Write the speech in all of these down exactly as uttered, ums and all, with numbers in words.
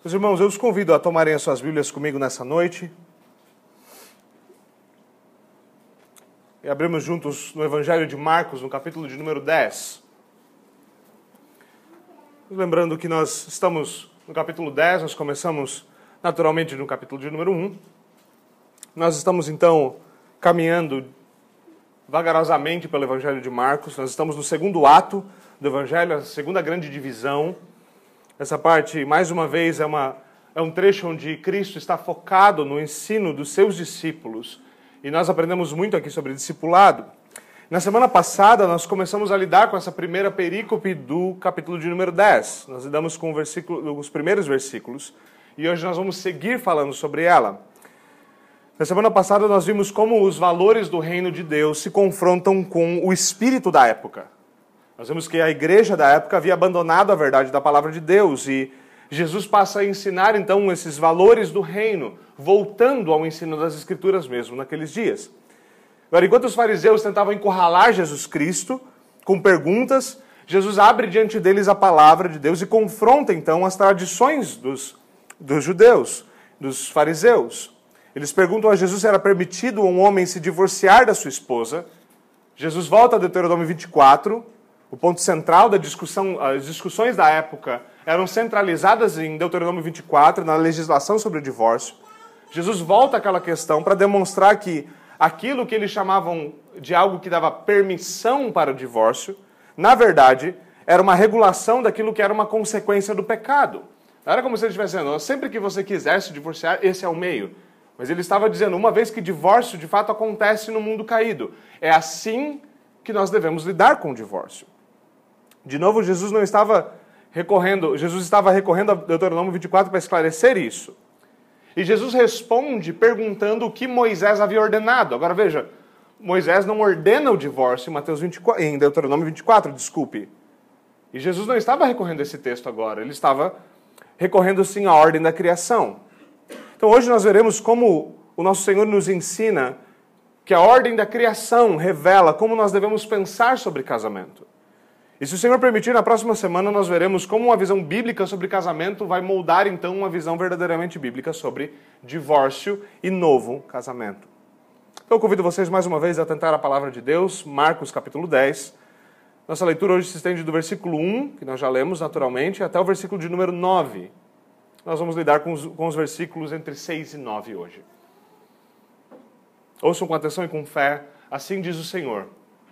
Meus irmãos, eu os convido a tomarem as suas Bíblias comigo nessa noite. E abrimos juntos no Evangelho de Marcos, no capítulo de número dez. Lembrando que nós estamos no capítulo dez, nós começamos naturalmente no capítulo de número um. Nós estamos então caminhando vagarosamente pelo Evangelho de Marcos. Nós estamos no segundo ato do Evangelho, a segunda grande divisão. Essa parte, mais uma vez, é, uma, é um trecho onde Cristo está focado no ensino dos seus discípulos. E nós aprendemos muito aqui sobre discipulado. Na semana passada, nós começamos a lidar com essa primeira perícope do capítulo de número dez. Nós lidamos com o versículo, os primeiros versículos. E hoje nós vamos seguir falando sobre ela. Na semana passada, nós vimos como os valores do reino de Deus se confrontam com o espírito da época. Nós vemos que a igreja da época havia abandonado a verdade da palavra de Deus e Jesus passa a ensinar então esses valores do reino, voltando ao ensino das Escrituras mesmo naqueles dias. Agora, enquanto os fariseus tentavam encurralar Jesus Cristo com perguntas, Jesus abre diante deles a palavra de Deus e confronta então as tradições dos, dos judeus, dos fariseus. Eles perguntam a Jesus se era permitido um homem se divorciar da sua esposa. Jesus volta a Deuteronômio vinte e quatro. O ponto central da discussão, as discussões da época eram centralizadas em Deuteronômio vinte e quatro, na legislação sobre o divórcio. Jesus volta àquela questão para demonstrar que aquilo que eles chamavam de algo que dava permissão para o divórcio, na verdade, era uma regulação daquilo que era uma consequência do pecado. Era como se ele estivesse dizendo, sempre que você quiser se divorciar, esse é o meio. Mas ele estava dizendo, uma vez que divórcio de fato acontece no mundo caído, é assim que nós devemos lidar com o divórcio. De novo, Jesus não estava recorrendo, Jesus estava recorrendo a Deuteronômio vinte e quatro para esclarecer isso. E Jesus responde perguntando o que Moisés havia ordenado. Agora veja, Moisés não ordena o divórcio em, Mateus vinte e quatro, em Deuteronômio vinte e quatro, desculpe. E Jesus não estava recorrendo a esse texto agora, ele estava recorrendo sim à ordem da criação. Então hoje nós veremos como o nosso Senhor nos ensina que a ordem da criação revela como nós devemos pensar sobre casamento. E se o Senhor permitir, na próxima semana nós veremos como uma visão bíblica sobre casamento vai moldar então uma visão verdadeiramente bíblica sobre divórcio e novo casamento. Então eu convido vocês mais uma vez a tentar a palavra de Deus, Marcos capítulo dez. Nossa leitura hoje se estende do versículo um, que nós já lemos naturalmente, até o versículo de número nove. Nós vamos lidar com os, com os versículos entre seis e nove hoje. Ouçam com atenção e com fé, assim diz o Senhor.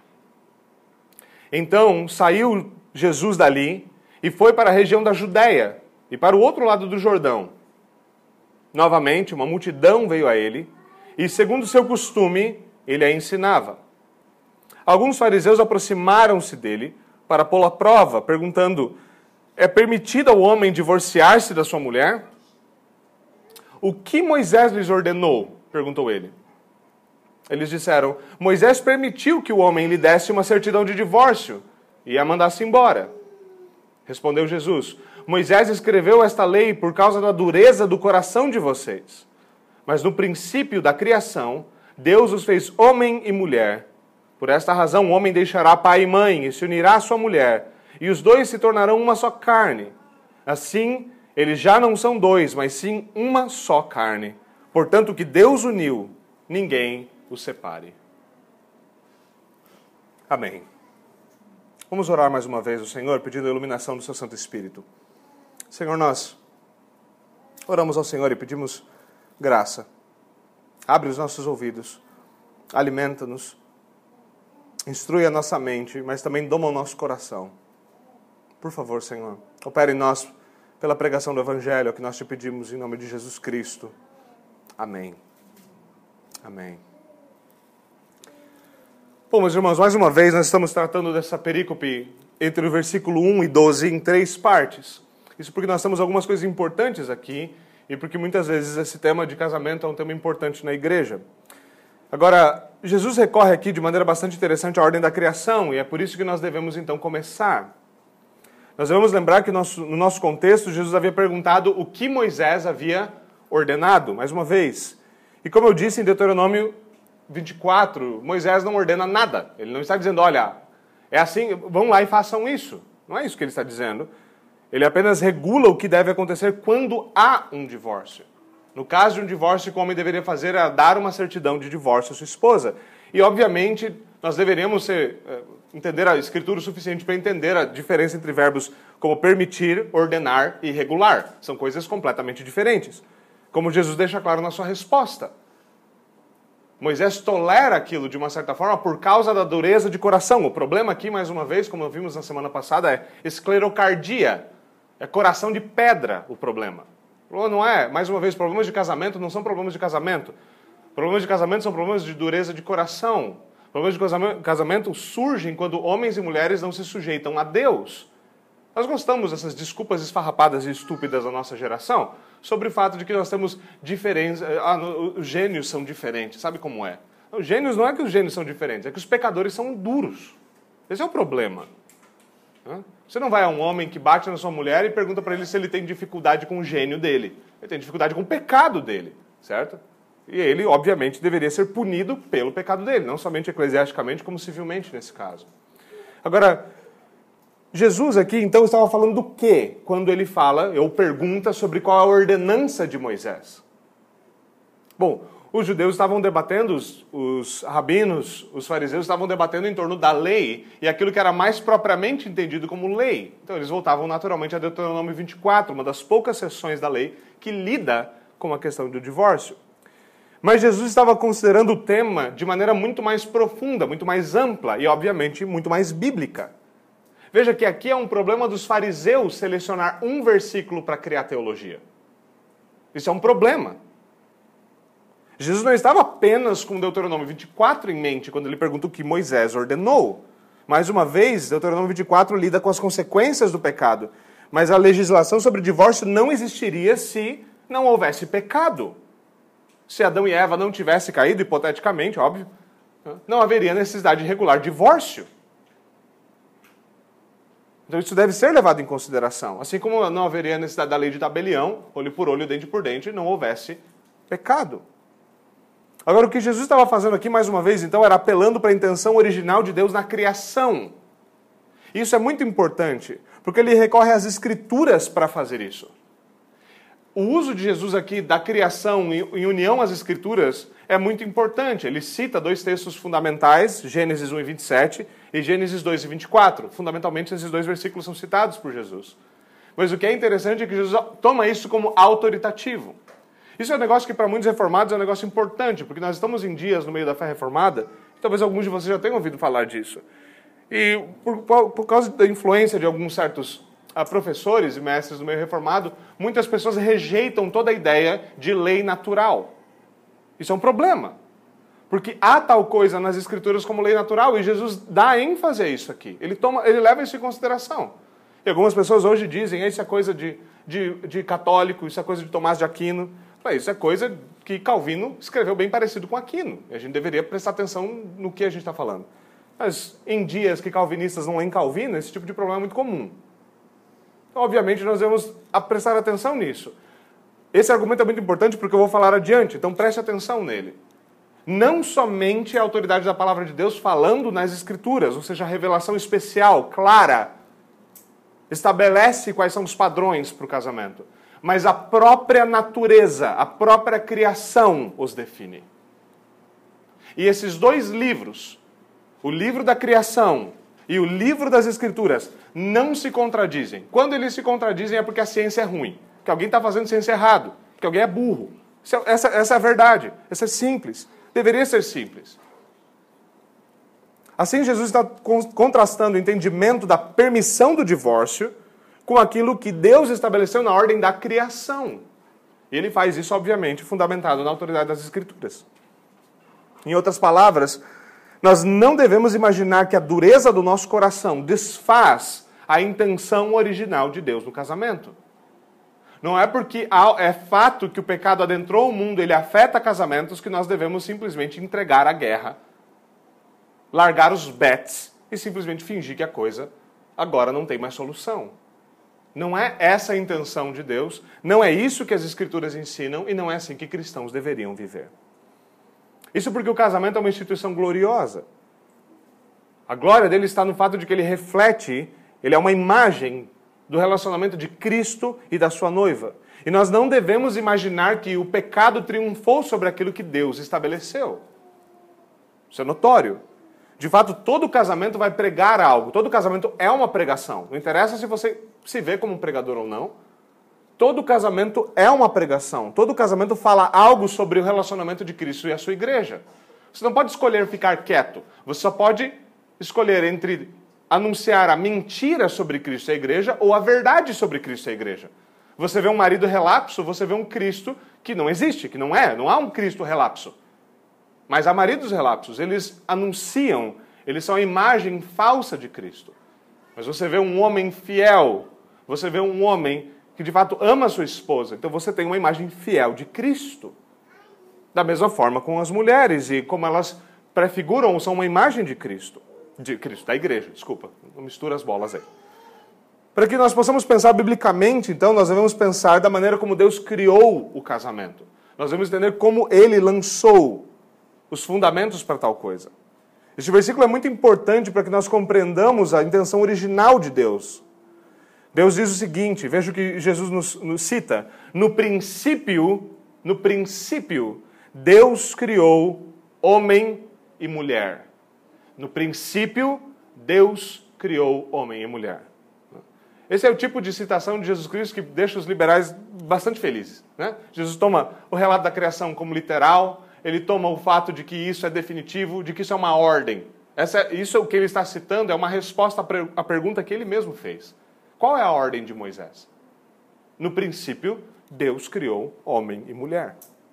Então saiu Jesus dali e foi para a região da Judéia e para o outro lado do Jordão. Novamente, uma multidão veio a ele e, segundo seu costume, ele a ensinava. Alguns fariseus aproximaram-se dele para pô-lo à prova, perguntando, é permitido ao homem divorciar-se da sua mulher? O que Moisés lhes ordenou? Perguntou ele. Eles disseram, Moisés permitiu que o homem lhe desse uma certidão de divórcio e a mandasse embora. Respondeu Jesus, Moisés escreveu esta lei por causa da dureza do coração de vocês. Mas no princípio da criação, Deus os fez homem e mulher. Por esta razão, o homem deixará pai e mãe e se unirá à sua mulher, e os dois se tornarão uma só carne. Assim, eles já não são dois, mas sim uma só carne. Portanto, o que Deus uniu, ninguém o separe. Amém. Vamos orar mais uma vez ao Senhor, pedindo a iluminação do seu Santo Espírito. Senhor, nós oramos ao Senhor e pedimos graça. Abre os nossos ouvidos, alimenta-nos, instrui a nossa mente, mas também doma o nosso coração. Por favor, Senhor, opere em nós pela pregação do Evangelho, que nós te pedimos em nome de Jesus Cristo. Amém. Amém. Bom, meus irmãos, mais uma vez nós estamos tratando dessa perícope entre o versículo um e doze em três partes. Isso porque nós temos algumas coisas importantes aqui e porque muitas vezes esse tema de casamento é um tema importante na igreja. Agora, Jesus recorre aqui de maneira bastante interessante à ordem da criação e é por isso que nós devemos então começar. Nós devemos lembrar que nosso, no nosso contexto Jesus havia perguntado o que Moisés havia ordenado, mais uma vez. E como eu disse em Deuteronômio vinte e quatro, Moisés não ordena nada. Ele não está dizendo, olha, é assim, vão lá e façam isso. Não é isso que ele está dizendo. Ele apenas regula o que deve acontecer quando há um divórcio. No caso de um divórcio, o que o homem deveria fazer é dar uma certidão de divórcio à sua esposa. E, obviamente, nós deveríamos ser, entender a Escritura o suficiente para entender a diferença entre verbos como permitir, ordenar e regular. São coisas completamente diferentes. Como Jesus deixa claro na sua resposta. Moisés tolera aquilo de uma certa forma por causa da dureza de coração. O problema aqui, mais uma vez, como vimos na semana passada, é esclerocardia. É coração de pedra o problema. O problema não é, mais uma vez, problemas de casamento não são problemas de casamento. Problemas de casamento são problemas de dureza de coração. Problemas de casamento surgem quando homens e mulheres não se sujeitam a Deus. Nós gostamos dessas desculpas esfarrapadas e estúpidas da nossa geração sobre o fato de que nós temos diferentes... Ah, os gênios são diferentes. Sabe como é? Os gênios não é que os gênios são diferentes, é que os pecadores são duros. Esse é o problema. Você não vai a um homem que bate na sua mulher e pergunta para ele se ele tem dificuldade com o gênio dele. Ele tem dificuldade com o pecado dele, certo? E ele, obviamente, deveria ser punido pelo pecado dele, não somente eclesiasticamente, como civilmente nesse caso. Agora, Jesus aqui, então, estava falando do quê? Quando ele fala, ou pergunta sobre qual é a ordenança de Moisés. Bom, os judeus estavam debatendo, os, os rabinos, os fariseus estavam debatendo em torno da lei e aquilo que era mais propriamente entendido como lei. Então, eles voltavam naturalmente a Deuteronômio vinte e quatro, uma das poucas seções da lei que lida com a questão do divórcio. Mas Jesus estava considerando o tema de maneira muito mais profunda, muito mais ampla e, obviamente, muito mais bíblica. Veja que aqui é um problema dos fariseus selecionar um versículo para criar teologia. Isso é um problema. Jesus não estava apenas com Deuteronômio vinte e quatro em mente quando ele pergunta o que Moisés ordenou. Mais uma vez, Deuteronômio vinte e quatro lida com as consequências do pecado. Mas a legislação sobre divórcio não existiria se não houvesse pecado. Se Adão e Eva não tivessem caído, hipoteticamente, óbvio, não haveria necessidade de regular divórcio. Então isso deve ser levado em consideração. Assim como não haveria necessidade da lei de tabelião, olho por olho, dente por dente, não houvesse pecado. Agora, o que Jesus estava fazendo aqui, mais uma vez, então, era apelando para a intenção original de Deus na criação. Isso é muito importante, porque ele recorre às Escrituras para fazer isso. O uso de Jesus aqui da criação em união às Escrituras é muito importante. Ele cita dois textos fundamentais, Gênesis um e vinte e sete e Gênesis dois e vinte e quatro. Fundamentalmente, esses dois versículos são citados por Jesus. Mas o que é interessante é que Jesus toma isso como autoritativo. Isso é um negócio que para muitos reformados é um negócio importante, porque nós estamos em dias no meio da fé reformada, e talvez alguns de vocês já tenham ouvido falar disso. E por, por causa da influência de alguns certos a professores e mestres do meio reformado, muitas pessoas rejeitam toda a ideia de lei natural. Isso é um problema. Porque há tal coisa nas Escrituras como lei natural, e Jesus dá ênfase a isso aqui. Ele, toma, ele leva isso em consideração. E algumas pessoas hoje dizem, isso é coisa de, de, de católico, isso é coisa de Tomás de Aquino. Isso é coisa que Calvino escreveu bem parecido com Aquino. E a gente deveria prestar atenção no que a gente está falando. Mas em dias que calvinistas não leem Calvino, esse tipo de problema é muito comum. Obviamente, nós devemos prestar atenção nisso. Esse argumento é muito importante porque eu vou falar adiante, então preste atenção nele. Não somente a autoridade da palavra de Deus falando nas Escrituras, ou seja, a revelação especial, clara, estabelece quais são os padrões para o casamento, mas a própria natureza, a própria criação os define. E esses dois livros, o livro da criação e o livro das Escrituras, não se contradizem. Quando eles se contradizem é porque a ciência é ruim, que alguém está fazendo ciência errado, que alguém é burro. Essa, essa é a verdade, essa é simples, deveria ser simples. Assim, Jesus está contrastando o entendimento da permissão do divórcio com aquilo que Deus estabeleceu na ordem da criação. E ele faz isso, obviamente, fundamentado na autoridade das Escrituras. Em outras palavras, nós não devemos imaginar que a dureza do nosso coração desfaz a intenção original de Deus no casamento. Não é porque é fato que o pecado adentrou o mundo, ele afeta casamentos, que nós devemos simplesmente entregar a guerra, largar os bets e simplesmente fingir que a coisa agora não tem mais solução. Não é essa a intenção de Deus, não é isso que as Escrituras ensinam e não é assim que cristãos deveriam viver. Isso porque o casamento é uma instituição gloriosa. A glória dele está no fato de que ele reflete, ele é uma imagem do relacionamento de Cristo e da sua noiva. E nós não devemos imaginar que o pecado triunfou sobre aquilo que Deus estabeleceu. Isso é notório. De fato, todo casamento vai pregar algo. Todo casamento é uma pregação. Não interessa se você se vê como um pregador ou não. Todo casamento é uma pregação. Todo casamento fala algo sobre o relacionamento de Cristo e a sua igreja. Você não pode escolher ficar quieto. Você só pode escolher entre anunciar a mentira sobre Cristo e a igreja ou a verdade sobre Cristo e a igreja. Você vê um marido relapso, você vê um Cristo que não existe, que não é. Não há um Cristo relapso. Mas há maridos relapsos. Eles anunciam, eles são a imagem falsa de Cristo. Mas você vê um homem fiel, você vê um homem que de fato ama a sua esposa. Então você tem uma imagem fiel de Cristo. Da mesma forma com as mulheres e como elas prefiguram, são uma imagem de Cristo. De Cristo, da igreja, desculpa. Não mistura as bolas aí. Para que nós possamos pensar biblicamente, então, nós devemos pensar da maneira como Deus criou o casamento. Nós devemos entender como Ele lançou os fundamentos para tal coisa. Este versículo é muito importante para que nós compreendamos a intenção original de Deus. Deus diz o seguinte, veja o que Jesus nos, nos cita. No princípio, no princípio, Deus criou homem e mulher. No princípio, Deus criou homem e mulher. Esse é o tipo de citação de Jesus Cristo que deixa os liberais bastante felizes, né? Jesus toma o relato da criação como literal, ele toma o fato de que isso é definitivo, de que isso é uma ordem. Essa, isso é o que ele está citando, é uma resposta à pergunta que ele mesmo fez. Qual é a ordem de Moisés? No princípio, Deus criou homem e mulher.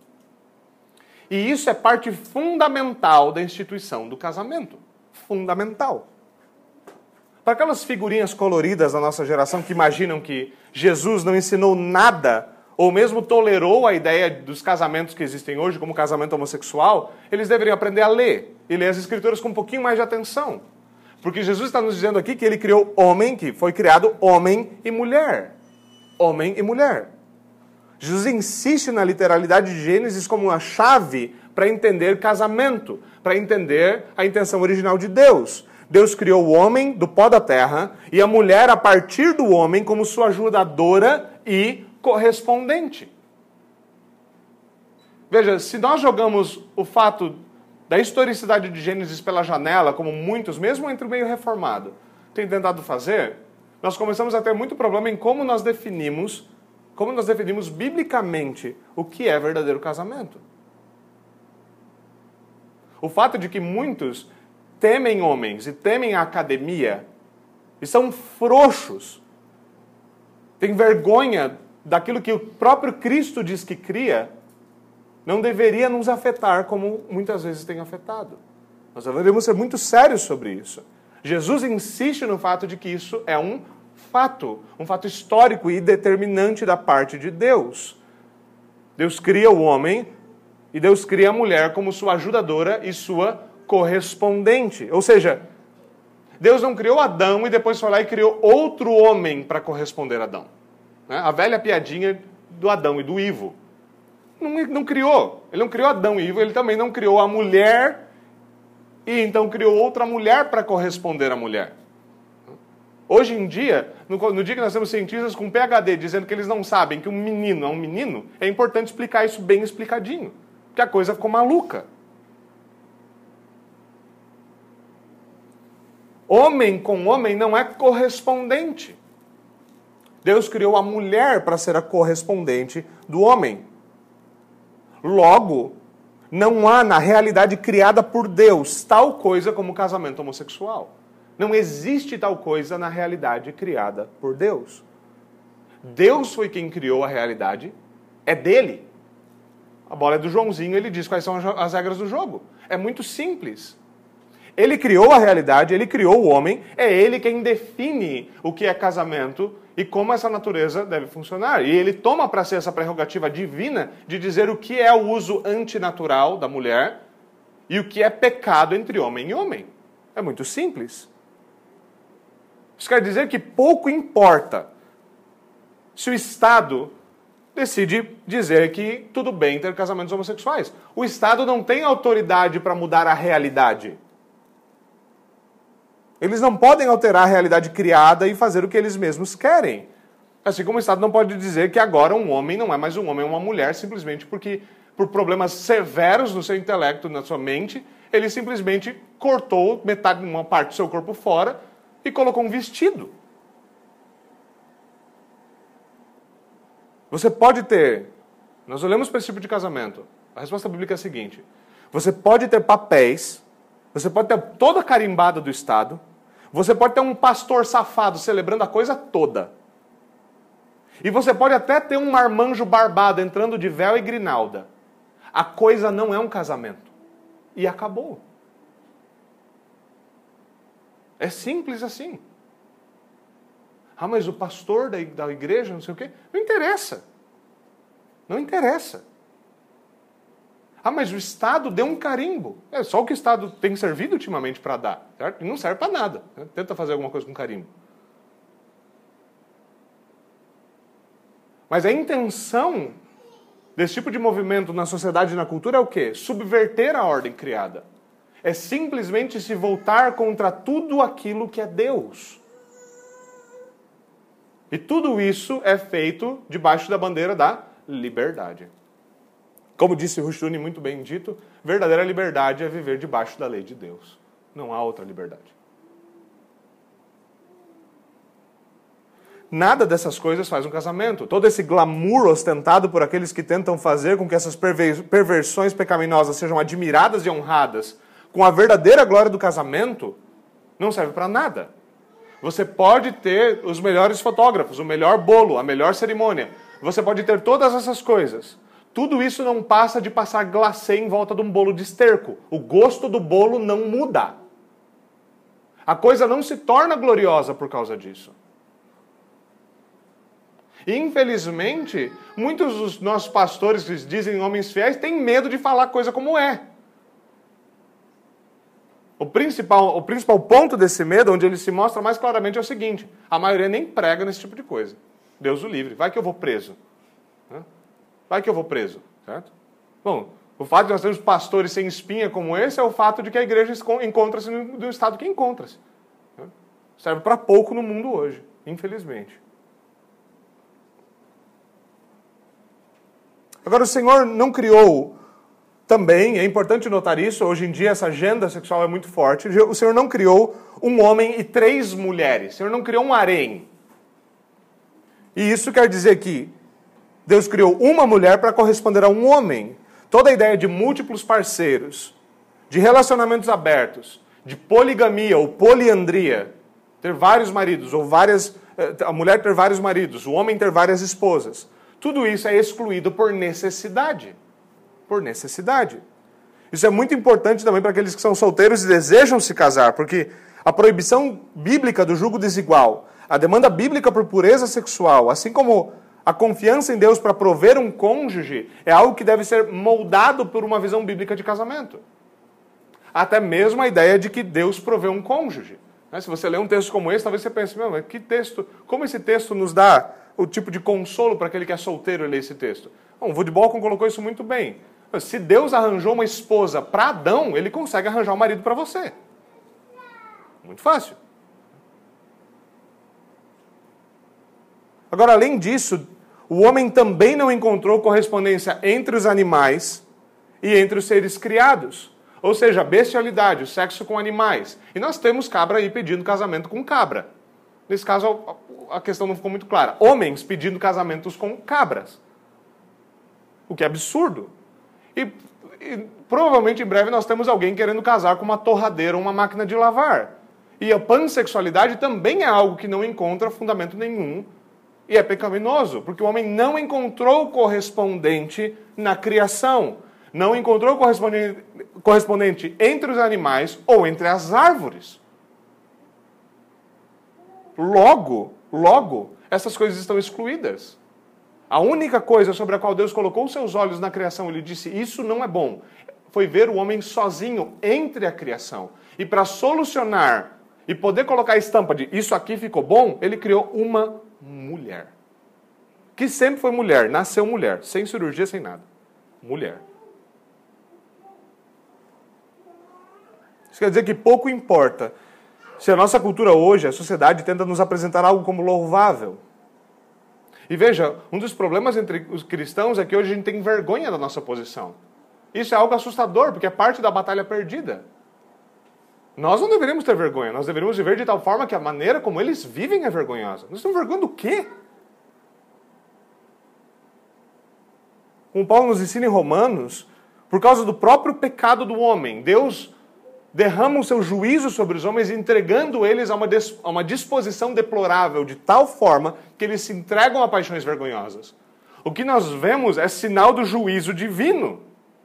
E isso é parte fundamental da instituição do casamento. Fundamental. Para aquelas figurinhas coloridas da nossa geração que imaginam que Jesus não ensinou nada, ou mesmo tolerou a ideia dos casamentos que existem hoje, como casamento homossexual, eles deveriam aprender a ler, e ler as Escrituras com um pouquinho mais de atenção. Porque Jesus está nos dizendo aqui que ele criou homem, que foi criado homem e mulher. Homem e mulher. Jesus insiste na literalidade de Gênesis como uma chave para entender casamento, para entender a intenção original de Deus. Deus criou o homem do pó da terra e a mulher a partir do homem como sua ajudadora e correspondente. Veja, se nós jogamos o fato da historicidade de Gênesis pela janela, como muitos, mesmo entre o meio reformado, têm tentado fazer, nós começamos a ter muito problema em como nós definimos, como nós definimos biblicamente o que é verdadeiro casamento. O fato de que muitos temem homens e temem a academia e são frouxos, têm vergonha daquilo que o próprio Cristo diz que cria, não deveria nos afetar como muitas vezes tem afetado. Nós deveríamos ser muito sérios sobre isso. Jesus insiste no fato de que isso é um fato, um fato histórico e determinante da parte de Deus. Deus cria o homem e Deus cria a mulher como sua ajudadora e sua correspondente. Ou seja, Deus não criou Adão e depois foi lá e criou outro homem para corresponder a Adão. A velha piadinha do Adão e do Ivo. Não, não criou. Ele não criou Adão e Ivo, ele também não criou a mulher e então criou outra mulher para corresponder à mulher. Hoje em dia, no, no dia que nós temos cientistas com P H D dizendo que eles não sabem que um menino é um menino, é importante explicar isso bem explicadinho, porque a coisa ficou maluca. Homem com homem não é correspondente. Deus criou a mulher para ser a correspondente do homem. Logo, não há na realidade criada por Deus tal coisa como casamento homossexual. Não existe tal coisa na realidade criada por Deus. Deus foi quem criou a realidade, é dele. A bola é do Joãozinho, ele diz quais são as regras do jogo. É muito simples. Ele criou a realidade, ele criou o homem, é ele quem define o que é casamento e como essa natureza deve funcionar. E ele toma para si essa prerrogativa divina de dizer o que é o uso antinatural da mulher e o que é pecado entre homem e homem. É muito simples. Isso quer dizer que pouco importa se o Estado decide dizer que tudo bem ter casamentos homossexuais. O Estado não tem autoridade para mudar a realidade. Eles não podem alterar a realidade criada e fazer o que eles mesmos querem. Assim como o Estado não pode dizer que agora um homem não é mais um homem, é uma mulher, simplesmente porque, por problemas severos no seu intelecto, na sua mente, ele simplesmente cortou metade, uma parte do seu corpo fora e colocou um vestido. Você pode ter... Nós olhamos para esse tipo de casamento. A resposta bíblica é a seguinte. Você pode ter papéis, você pode ter toda a carimbada do Estado, você pode ter um pastor safado celebrando a coisa toda. E você pode até ter um marmanjo barbado entrando de véu e grinalda. A coisa não é um casamento. E acabou. É simples assim. Ah, mas o pastor da da igreja, não sei o quê. Não interessa. Não interessa. Ah, mas o Estado deu um carimbo. É só o que o Estado tem servido ultimamente para dar. Certo? E não serve para nada. Né? Tenta fazer alguma coisa com carimbo. Mas a intenção desse tipo de movimento na sociedade e na cultura é o quê? Subverter a ordem criada. É simplesmente se voltar contra tudo aquilo que é Deus. E tudo isso é feito debaixo da bandeira da liberdade. Como disse Rushduni, muito bem dito, verdadeira liberdade é viver debaixo da lei de Deus. Não há outra liberdade. Nada dessas coisas faz um casamento. Todo esse glamour ostentado por aqueles que tentam fazer com que essas perversões pecaminosas sejam admiradas e honradas com a verdadeira glória do casamento, não serve para nada. Você pode ter os melhores fotógrafos, o melhor bolo, a melhor cerimônia. Você pode ter todas essas coisas. Tudo isso não passa de passar glacê em volta de um bolo de esterco. O gosto do bolo não muda. A coisa não se torna gloriosa por causa disso. E, infelizmente, muitos dos nossos pastores que dizem homens fiéis têm medo de falar coisa como é. O principal, o principal ponto desse medo, onde ele se mostra mais claramente, é o seguinte. A maioria nem prega nesse tipo de coisa. Deus o livre. Vai que eu vou preso. Vai que eu vou preso. Certo? Bom, o fato de nós termos pastores sem espinha como esse é o fato de que a igreja encontra-se no estado que encontra-se. Serve para pouco no mundo hoje, infelizmente. Agora, o Senhor não criou também, é importante notar isso, hoje em dia essa agenda sexual é muito forte, o Senhor não criou um homem e três mulheres, o Senhor não criou um harém. E isso quer dizer que Deus criou uma mulher para corresponder a um homem. Toda a ideia de múltiplos parceiros, de relacionamentos abertos, de poligamia ou poliandria, ter vários maridos, ou várias, a mulher ter vários maridos, o homem ter várias esposas, tudo isso é excluído por necessidade. Por necessidade. Isso é muito importante também para aqueles que são solteiros e desejam se casar, porque a proibição bíblica do julgo desigual, a demanda bíblica por pureza sexual, assim como a confiança em Deus para prover um cônjuge, é algo que deve ser moldado por uma visão bíblica de casamento. Até mesmo a ideia de que Deus provê um cônjuge. Se você lê um texto como esse, talvez você pense, meu, mas que texto, como esse texto nos dá o tipo de consolo para aquele que é solteiro ler esse texto? Bom, o Woody Balcon colocou isso muito bem. Se Deus arranjou uma esposa para Adão, ele consegue arranjar um marido para você. Muito fácil. Agora, além disso, o homem também não encontrou correspondência entre os animais e entre os seres criados. Ou seja, a bestialidade, o sexo com animais. E nós temos cabra aí pedindo casamento com cabra. Nesse caso, a questão não ficou muito clara. Homens pedindo casamentos com cabras. O que é absurdo. E, e provavelmente em breve nós temos alguém querendo casar com uma torradeira ou uma máquina de lavar. E a pansexualidade também é algo que não encontra fundamento nenhum e é pecaminoso, porque o homem não encontrou correspondente na criação. Não encontrou correspondente, correspondente entre os animais ou entre as árvores. Logo, logo, essas coisas estão excluídas. A única coisa sobre a qual Deus colocou seus olhos na criação, ele disse, isso não é bom, foi ver o homem sozinho entre a criação. E para solucionar e poder colocar a estampa de isso aqui ficou bom, ele criou uma mulher. Que sempre foi mulher, nasceu mulher, sem cirurgia, sem nada. Mulher. Isso quer dizer que pouco importa Se a nossa cultura hoje, a sociedade, tenta nos apresentar algo como louvável. E veja, um dos problemas entre os cristãos é que hoje a gente tem vergonha da nossa posição. Isso é algo assustador, porque é parte da batalha perdida. Nós não deveríamos ter vergonha, nós deveríamos viver de tal forma que a maneira como eles vivem é vergonhosa. Nós estamos vergonha do quê? Como Paulo nos ensina em Romanos, por causa do próprio pecado do homem, Deus derrama o seu juízo sobre os homens, entregando eles a uma, des- a uma disposição deplorável, de tal forma que eles se entregam a paixões vergonhosas. O que nós vemos é sinal do juízo divino.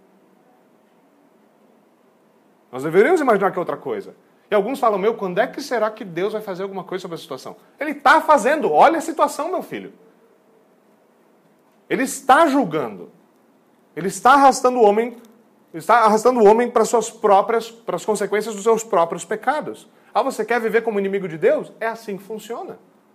Nós deveríamos imaginar que é outra coisa. E alguns falam, meu, quando é que será que Deus vai fazer alguma coisa sobre a situação? Ele está fazendo, olha a situação, meu filho. Ele está julgando. Ele está arrastando o homem, está arrastando o homem para suas próprias, para as consequências dos seus próprios pecados. Ah, você quer viver como inimigo de Deus? É assim que funciona.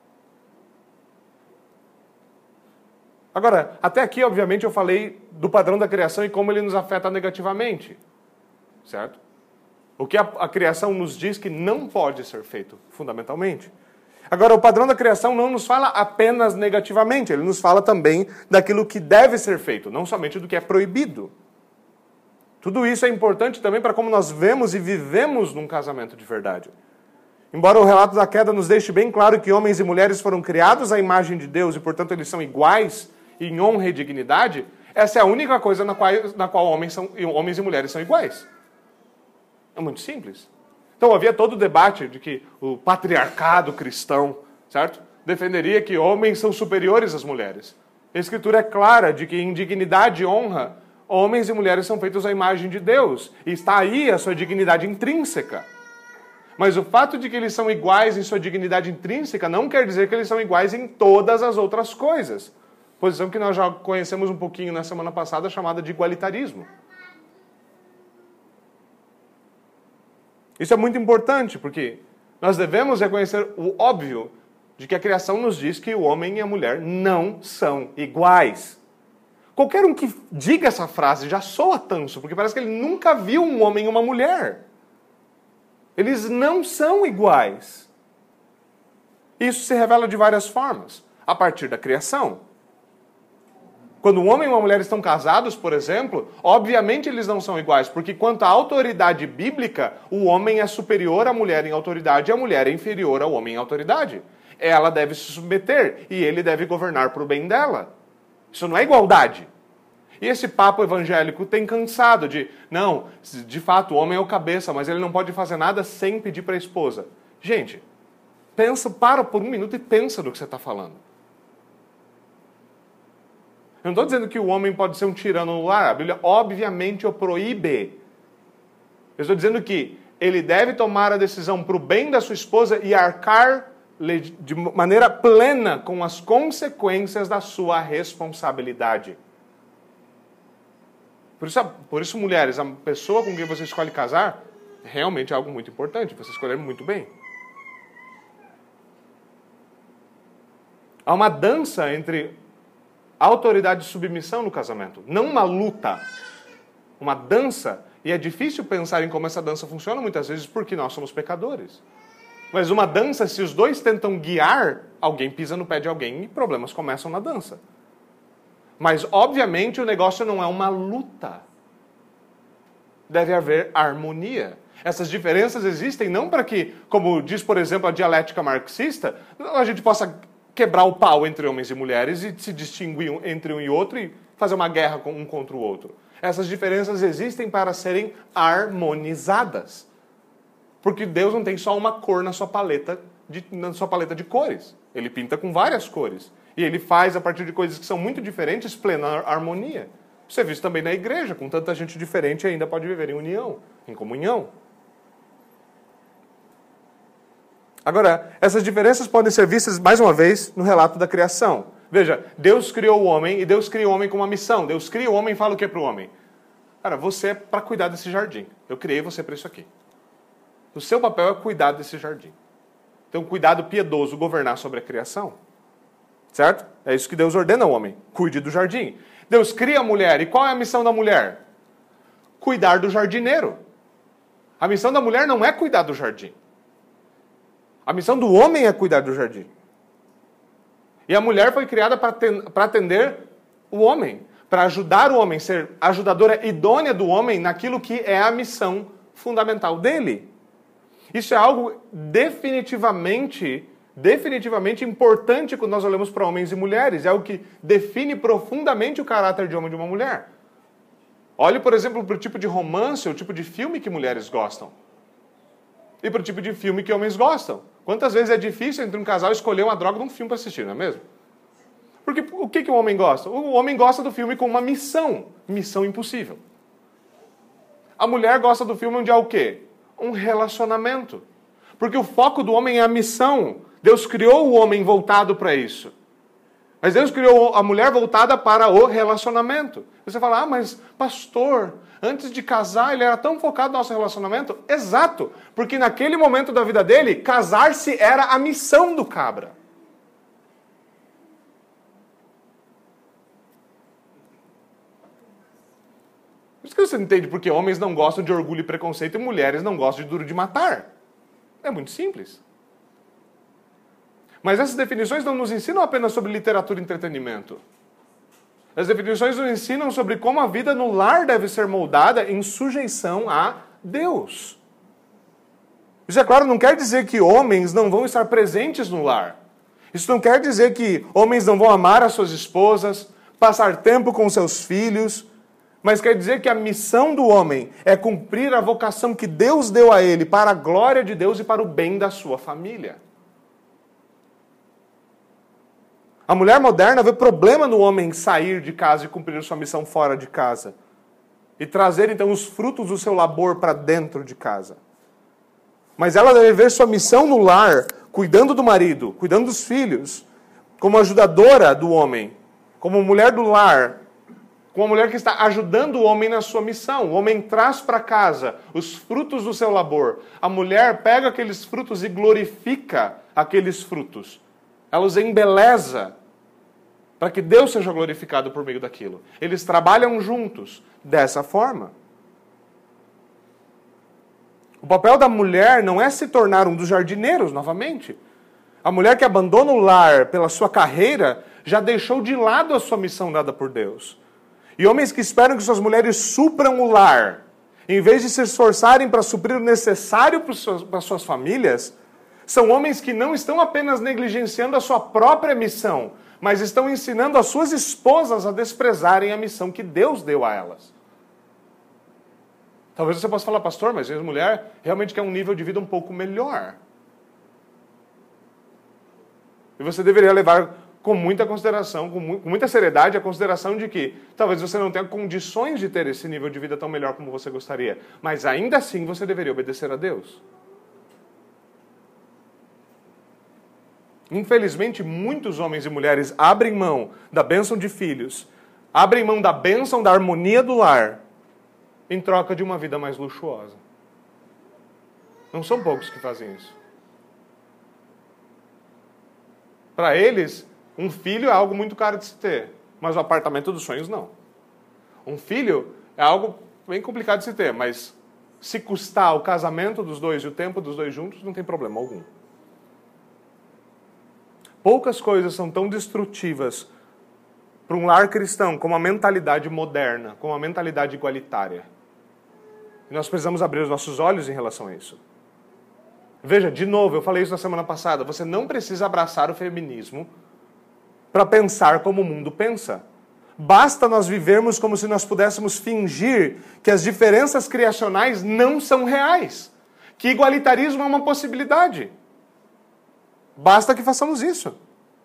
Agora, até aqui, obviamente, eu falei do padrão da criação e como ele nos afeta negativamente. Certo? O que a, a criação nos diz que não pode ser feito, fundamentalmente. Agora, o padrão da criação não nos fala apenas negativamente, ele nos fala também daquilo que deve ser feito, não somente do que é proibido. Tudo isso é importante também para como nós vemos e vivemos num casamento de verdade. Embora o relato da queda nos deixe bem claro que homens e mulheres foram criados à imagem de Deus e, portanto, eles são iguais em honra e dignidade, essa é a única coisa na qual, na qual homens, são, homens e mulheres são iguais. É muito simples. Então havia todo o debate de que o patriarcado cristão, certo? Defenderia que homens são superiores às mulheres. A Escritura é clara de que em dignidade e honra, homens e mulheres são feitos à imagem de Deus. E está aí a sua dignidade intrínseca. Mas o fato de que eles são iguais em sua dignidade intrínseca não quer dizer que eles são iguais em todas as outras coisas. Posição que nós já conhecemos um pouquinho na semana passada, chamada de igualitarismo. Isso é muito importante, porque nós devemos reconhecer o óbvio de que a criação nos diz que o homem e a mulher não são iguais. Qualquer um que diga essa frase já soa tanso, porque parece que ele nunca viu um homem e uma mulher. Eles não são iguais. Isso se revela de várias formas, a partir da criação. Quando um homem e uma mulher estão casados, por exemplo, obviamente eles não são iguais, porque quanto à autoridade bíblica, o homem é superior à mulher em autoridade e a mulher é inferior ao homem em autoridade. Ela deve se submeter e ele deve governar para o bem dela. Isso não é igualdade. E esse papo evangélico tem cansado de, não, de fato o homem é o cabeça, mas ele não pode fazer nada sem pedir para a esposa. Gente, pensa, para por um minuto e pensa no que você está falando. Eu não estou dizendo que o homem pode ser um tirano no lar. A Bíblia obviamente o proíbe. Eu estou dizendo que ele deve tomar a decisão para o bem da sua esposa e arcar de maneira plena com as consequências da sua responsabilidade. Por isso, por isso, mulheres, a pessoa com quem você escolhe casar realmente é algo muito importante. Você escolher muito bem. Há uma dança entre autoridade e submissão no casamento. Não uma luta. Uma dança. E é difícil pensar em como essa dança funciona muitas vezes porque nós somos pecadores. Mas uma dança, se os dois tentam guiar, alguém pisa no pé de alguém e problemas começam na dança. Mas, obviamente, o negócio não é uma luta. Deve haver harmonia. Essas diferenças existem não para que, como diz, por exemplo, a dialética marxista, a gente possa quebrar o pau entre homens e mulheres e se distinguir entre um e outro e fazer uma guerra um contra o outro. Essas diferenças existem para serem harmonizadas. Porque Deus não tem só uma cor na sua paleta de, na sua paleta de cores. Ele pinta com várias cores. E ele faz, a partir de coisas que são muito diferentes, plena harmonia. Isso é visto também na igreja. Com tanta gente diferente, ainda pode viver em união, em comunhão. Agora, essas diferenças podem ser vistas, mais uma vez, no relato da criação. Veja, Deus criou o homem e Deus cria o homem com uma missão. Deus cria o homem e fala o que para o homem? Cara, você é para cuidar desse jardim. Eu criei você para isso aqui. O seu papel é cuidar desse jardim. Então, cuidado piedoso, governar sobre a criação. Certo? É isso que Deus ordena ao homem. Cuide do jardim. Deus cria a mulher. E qual é a missão da mulher? Cuidar do jardineiro. A missão da mulher não é cuidar do jardim. A missão do homem é cuidar do jardim. E a mulher foi criada para atender o homem, para ajudar o homem, ser ajudadora idônea do homem naquilo que é a missão fundamental dele. Isso é algo definitivamente, definitivamente importante quando nós olhamos para homens e mulheres. É algo que define profundamente o caráter de homem e de uma mulher. Olhe, por exemplo, para o tipo de romance, o tipo de filme que mulheres gostam. E para o tipo de filme que homens gostam. Quantas vezes é difícil entre um casal escolher uma droga de um filme para assistir, não é mesmo? Porque o que, que o homem gosta? O homem gosta do filme com uma missão. Missão impossível. A mulher gosta do filme onde há o quê? Um relacionamento. Porque o foco do homem é a missão. Deus criou o homem voltado para isso. Mas Deus criou a mulher voltada para o relacionamento. Você fala, ah, mas pastor, antes de casar ele era tão focado no nosso relacionamento? Exato, porque naquele momento da vida dele, casar-se era a missão do cabra. Por isso que você entende porque homens não gostam de orgulho e preconceito e mulheres não gostam de duro de matar. É muito simples. Mas essas definições não nos ensinam apenas sobre literatura e entretenimento. As definições nos ensinam sobre como a vida no lar deve ser moldada em sujeição a Deus. Isso, é claro, não quer dizer que homens não vão estar presentes no lar. Isso não quer dizer que homens não vão amar as suas esposas, passar tempo com seus filhos, mas quer dizer que a missão do homem é cumprir a vocação que Deus deu a ele para a glória de Deus e para o bem da sua família. A mulher moderna vê problema no homem sair de casa e cumprir sua missão fora de casa. E trazer, então, os frutos do seu labor para dentro de casa. Mas ela deve ver sua missão no lar, cuidando do marido, cuidando dos filhos, como ajudadora do homem, como mulher do lar, como uma mulher que está ajudando o homem na sua missão. O homem traz para casa os frutos do seu labor. A mulher pega aqueles frutos e glorifica aqueles frutos. Ela os embeleza para que Deus seja glorificado por meio daquilo. Eles trabalham juntos dessa forma. O papel da mulher não é se tornar um dos jardineiros novamente. A mulher que abandona o lar pela sua carreira já deixou de lado a sua missão dada por Deus. E homens que esperam que suas mulheres supram o lar, em vez de se esforçarem para suprir o necessário para suas famílias, são homens que não estão apenas negligenciando a sua própria missão, mas estão ensinando as suas esposas a desprezarem a missão que Deus deu a elas. Talvez você possa falar, pastor, mas a mulher realmente quer um nível de vida um pouco melhor. E você deveria levar com muita consideração, com muita seriedade, a consideração de que talvez você não tenha condições de ter esse nível de vida tão melhor como você gostaria, mas ainda assim você deveria obedecer a Deus. Infelizmente, muitos homens e mulheres abrem mão da bênção de filhos, abrem mão da bênção da harmonia do lar, em troca de uma vida mais luxuosa. Não são poucos que fazem isso. Para eles, um filho é algo muito caro de se ter, mas o apartamento dos sonhos não. Um filho é algo bem complicado de se ter, mas se custar o casamento dos dois e o tempo dos dois juntos, não tem problema algum. Poucas coisas são tão destrutivas para um lar cristão como a mentalidade moderna, como a mentalidade igualitária. E nós precisamos abrir os nossos olhos em relação a isso. Veja, de novo, eu falei isso na semana passada, você não precisa abraçar o feminismo para pensar como o mundo pensa. Basta nós vivermos como se nós pudéssemos fingir que as diferenças criacionais não são reais, que igualitarismo é uma possibilidade. Basta que façamos isso.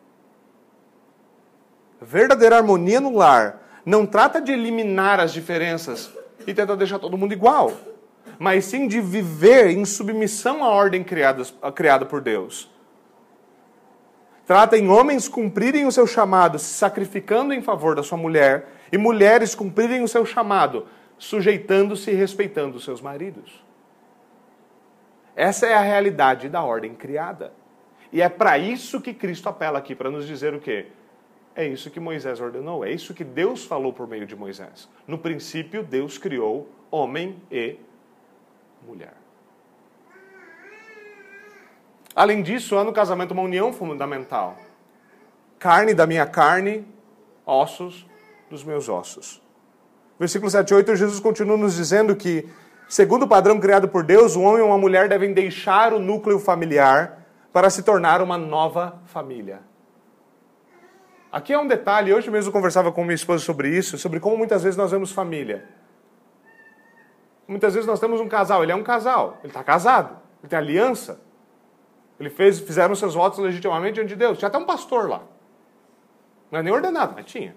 Verdadeira harmonia no lar não trata de eliminar as diferenças e tentar deixar todo mundo igual, mas sim de viver em submissão à ordem criada, criada por Deus. Trata em homens cumprirem o seu chamado, se sacrificando em favor da sua mulher, e mulheres cumprirem o seu chamado, sujeitando-se e respeitando os seus maridos. Essa é a realidade da ordem criada. E é para isso que Cristo apela aqui, para nos dizer o quê? É isso que Moisés ordenou, é isso que Deus falou por meio de Moisés. No princípio, Deus criou homem e mulher. Além disso, há no casamento uma união fundamental. Carne da minha carne, ossos dos meus ossos. Versículo sete e oito, Jesus continua nos dizendo que, segundo o padrão criado por Deus, um homem e uma mulher devem deixar o núcleo familiar para se tornar uma nova família. Aqui é um detalhe, hoje mesmo eu conversava com minha esposa sobre isso, sobre como muitas vezes nós vemos família. Muitas vezes nós temos um casal, ele é um casal, ele está casado, ele tem aliança, ele fez, fizeram seus votos legitimamente diante de Deus. Tinha até um pastor lá. Não é nem ordenado, mas tinha.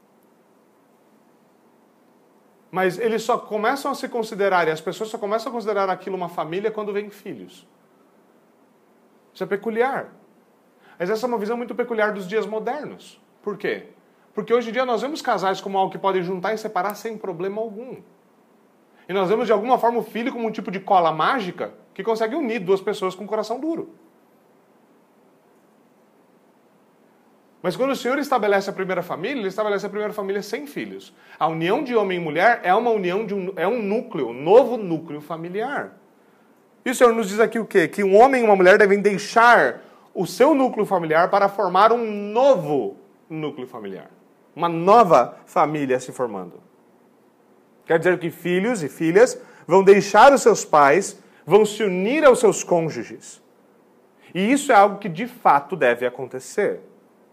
Mas eles só começam a se considerar, e as pessoas só começam a considerar aquilo uma família quando vêm filhos. Isso é peculiar. Mas essa é uma visão muito peculiar dos dias modernos. Por quê? Porque hoje em dia nós vemos casais como algo que podem juntar e separar sem problema algum. E nós vemos de alguma forma o filho como um tipo de cola mágica que consegue unir duas pessoas com um coração duro. Mas quando o Senhor estabelece a primeira família, Ele estabelece a primeira família sem filhos. A união de homem e mulher é uma união de um, é um núcleo, um novo núcleo familiar. E o Senhor nos diz aqui o quê? Que um homem e uma mulher devem deixar o seu núcleo familiar para formar um novo núcleo familiar. Uma nova família se formando. Quer dizer que filhos e filhas vão deixar os seus pais, vão se unir aos seus cônjuges. E isso é algo que de fato deve acontecer.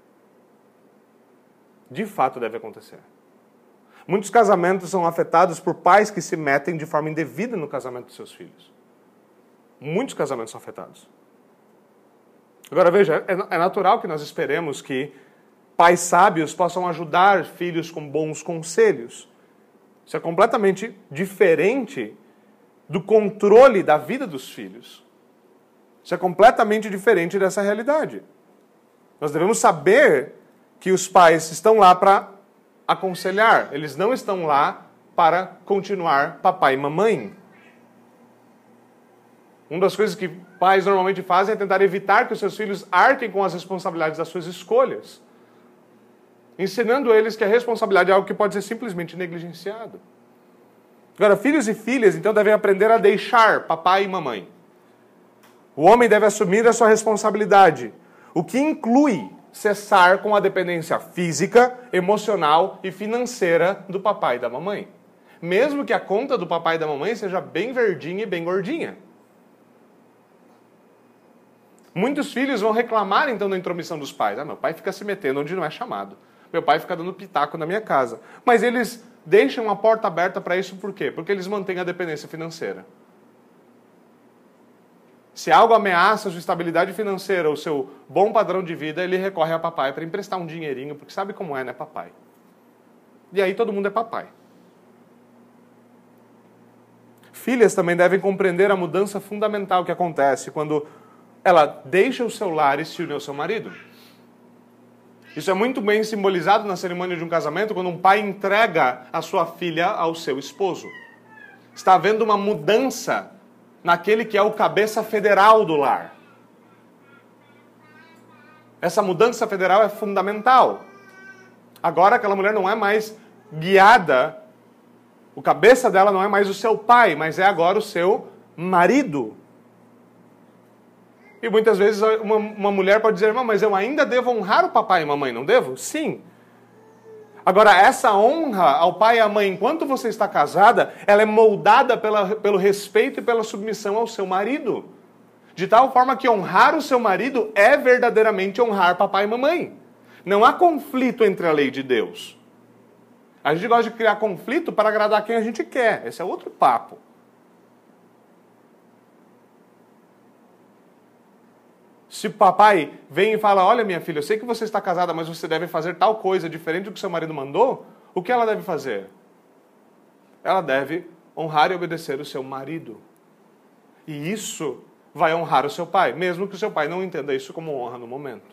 De fato deve acontecer. Muitos casamentos são afetados por pais que se metem de forma indevida no casamento dos seus filhos. Muitos casamentos são afetados. Agora veja, é natural que nós esperemos que pais sábios possam ajudar filhos com bons conselhos. Isso é completamente diferente do controle da vida dos filhos. Isso é completamente diferente dessa realidade. Nós devemos saber que os pais estão lá para aconselhar. Eles não estão lá para continuar papai e mamãe. Uma das coisas que pais normalmente fazem é tentar evitar que os seus filhos arquem com as responsabilidades das suas escolhas, ensinando eles que a responsabilidade é algo que pode ser simplesmente negligenciado. Agora, filhos e filhas, então, devem aprender a deixar papai e mamãe. O homem deve assumir a sua responsabilidade, o que inclui cessar com a dependência física, emocional e financeira do papai e da mamãe. Mesmo que a conta do papai e da mamãe seja bem verdinha e bem gordinha. Muitos filhos vão reclamar, então, da intromissão dos pais. Ah, meu pai fica se metendo onde não é chamado. Meu pai fica dando pitaco na minha casa. Mas eles deixam a porta aberta para isso por quê? Porque eles mantêm a dependência financeira. Se algo ameaça a sua estabilidade financeira, o seu bom padrão de vida, ele recorre a papai para emprestar um dinheirinho, porque sabe como é, né, papai? E aí todo mundo é papai. Filhas também devem compreender a mudança fundamental que acontece quando ela deixa o seu lar e se une ao seu marido. Isso é muito bem simbolizado na cerimônia de um casamento, quando um pai entrega a sua filha ao seu esposo. Está havendo uma mudança naquele que é o cabeça federal do lar. Essa mudança federal é fundamental. Agora aquela mulher não é mais guiada, o cabeça dela não é mais o seu pai, mas é agora o seu marido. E muitas vezes uma, uma mulher pode dizer, mas eu ainda devo honrar o papai e a mamãe, não devo? Sim. Agora, essa honra ao pai e à mãe, enquanto você está casada, ela é moldada pela, pelo respeito e pela submissão ao seu marido. De tal forma que honrar o seu marido é verdadeiramente honrar papai e mamãe. Não há conflito entre a lei de Deus. A gente gosta de criar conflito para agradar quem a gente quer. Esse é outro papo. Se o papai vem e fala, olha minha filha, eu sei que você está casada, mas você deve fazer tal coisa diferente do que seu marido mandou, o que ela deve fazer? Ela deve honrar e obedecer o seu marido. E isso vai honrar o seu pai, mesmo que o seu pai não entenda isso como honra no momento.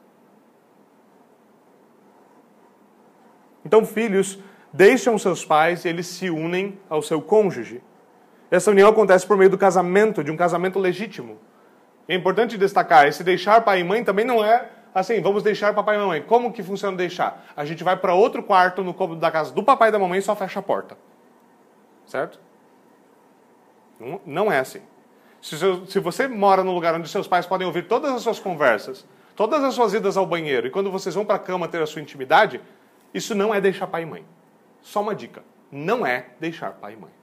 Então, filhos deixam seus pais e eles se unem ao seu cônjuge. Essa união acontece por meio do casamento, de um casamento legítimo. É importante destacar, esse deixar pai e mãe também não é assim, vamos deixar papai e mamãe. Como que funciona deixar? A gente vai para outro quarto no cômodo da casa do papai e da mamãe e só fecha a porta. Certo? Não, não é assim. Se, seu, se você mora num lugar onde seus pais podem ouvir todas as suas conversas, todas as suas idas ao banheiro, e quando vocês vão para a cama ter a sua intimidade, isso não é deixar pai e mãe. Só uma dica. Não é deixar pai e mãe.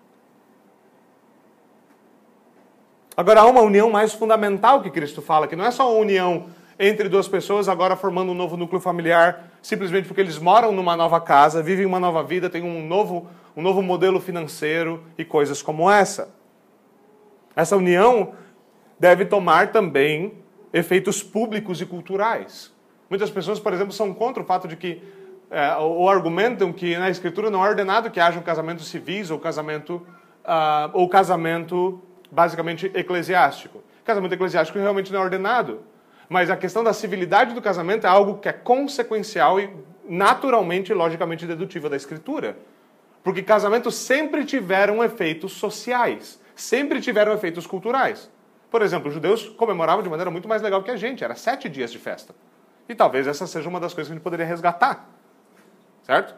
Agora, há uma união mais fundamental que Cristo fala, que não é só uma união entre duas pessoas, agora formando um novo núcleo familiar, simplesmente porque eles moram numa nova casa, vivem uma nova vida, têm um novo, um novo modelo financeiro e coisas como essa. Essa união deve tomar também efeitos públicos e culturais. Muitas pessoas, por exemplo, são contra o fato de que, é, ou argumentam que na Escritura não é ordenado que haja um casamento civis ou casamento, uh, ou casamento basicamente eclesiástico. Casamento eclesiástico realmente não é ordenado, mas a questão da civilidade do casamento é algo que é consequencial e naturalmente e logicamente dedutível da Escritura. Porque casamentos sempre tiveram efeitos sociais, sempre tiveram efeitos culturais. Por exemplo, os judeus comemoravam de maneira muito mais legal que a gente, era sete dias de festa. E talvez essa seja uma das coisas que a gente poderia resgatar. Certo?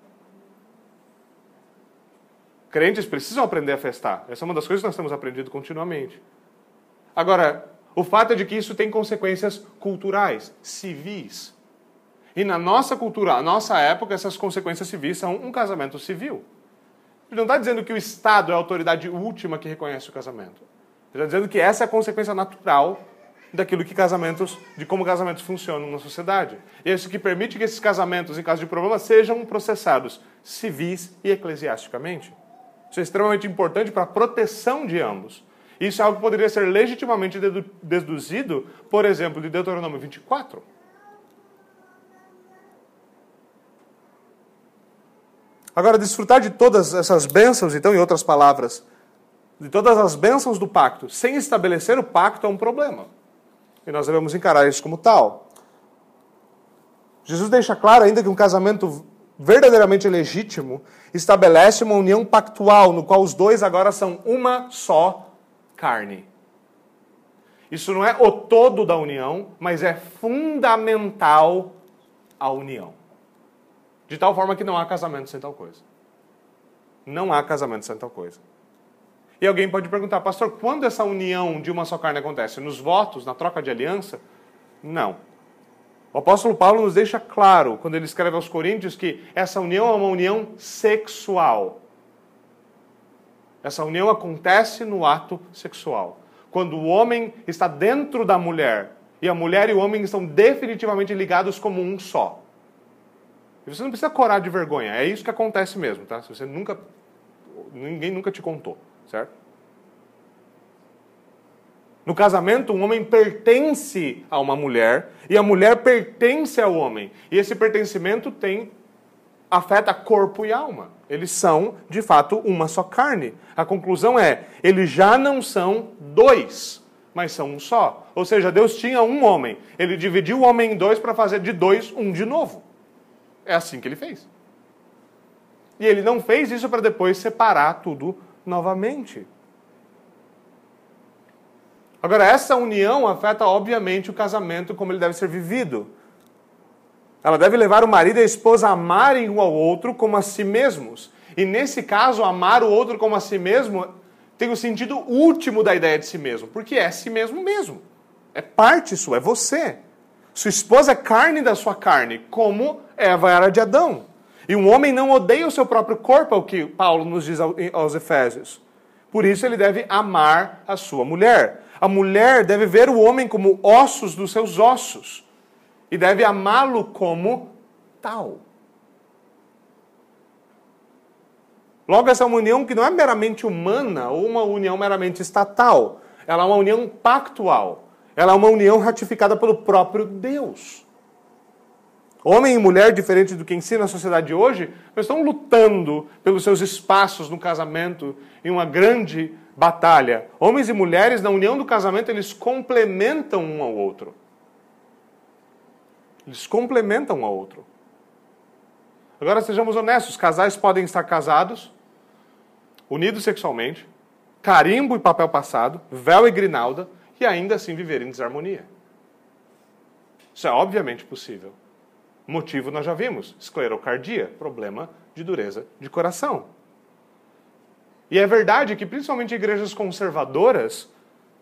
Crentes precisam aprender a festar. Essa é uma das coisas que nós temos aprendido continuamente. Agora, o fato é de que isso tem consequências culturais, civis. E na nossa cultura, na nossa época, essas consequências civis são um casamento civil. Ele não está dizendo que o Estado é a autoridade última que reconhece o casamento. Ele está dizendo que essa é a consequência natural daquilo que casamentos, de como casamentos funcionam na sociedade. E é isso que permite que esses casamentos, em caso de problema, sejam processados civis e eclesiasticamente. Isso é extremamente importante para a proteção de ambos. Isso é algo que poderia ser legitimamente deduzido, por exemplo, de Deuteronômio vinte e quatro. Agora, desfrutar de todas essas bênçãos, então, em outras palavras, de todas as bênçãos do pacto, sem estabelecer o pacto, é um problema. E nós devemos encarar isso como tal. Jesus deixa claro ainda que um casamento verdadeiramente legítimo estabelece uma união pactual, no qual os dois agora são uma só carne. Isso não é o todo da união, mas é fundamental à união. De tal forma que não há casamento sem tal coisa. Não há casamento sem tal coisa. E alguém pode perguntar, pastor, quando essa união de uma só carne acontece? Nos votos, na troca de aliança? Não. O apóstolo Paulo nos deixa claro, quando ele escreve aos Coríntios, que essa união é uma união sexual. Essa união acontece no ato sexual. Quando o homem está dentro da mulher, e a mulher e o homem estão definitivamente ligados como um só. E você não precisa corar de vergonha, é isso que acontece mesmo, tá? Se você nunca, ninguém nunca te contou, certo? No casamento, um homem pertence a uma mulher e a mulher pertence ao homem. E esse pertencimento tem, afeta corpo e alma. Eles são, de fato, uma só carne. A conclusão é, eles já não são dois, mas são um só. Ou seja, Deus tinha um homem. Ele dividiu o homem em dois para fazer de dois um de novo. É assim que ele fez. E ele não fez isso para depois separar tudo novamente. Agora, essa união afeta, obviamente, o casamento como ele deve ser vivido. Ela deve levar o marido e a esposa a amarem um ao outro como a si mesmos. E, nesse caso, amar o outro como a si mesmo tem o sentido último da ideia de si mesmo, porque é si mesmo mesmo. É parte sua, é você. Sua esposa é carne da sua carne, como Eva era de Adão. E um homem não odeia o seu próprio corpo, é o que Paulo nos diz aos Efésios. Por isso ele deve amar a sua mulher. A mulher deve ver o homem como ossos dos seus ossos. E deve amá-lo como tal. Logo, essa é uma união que não é meramente humana ou uma união meramente estatal. Ela é uma união pactual. Ela é uma união ratificada pelo próprio Deus. Homem e mulher, diferente do que ensina a sociedade hoje, não estão lutando pelos seus espaços no casamento em uma grande batalha. Homens e mulheres, na união do casamento, eles complementam um ao outro. Eles complementam um ao outro. Agora, sejamos honestos, casais podem estar casados, unidos sexualmente, carimbo e papel passado, véu e grinalda, e ainda assim viver em desarmonia. Isso é obviamente possível. Motivo nós já vimos, esclerocardia, problema de dureza de coração. E é verdade que principalmente igrejas conservadoras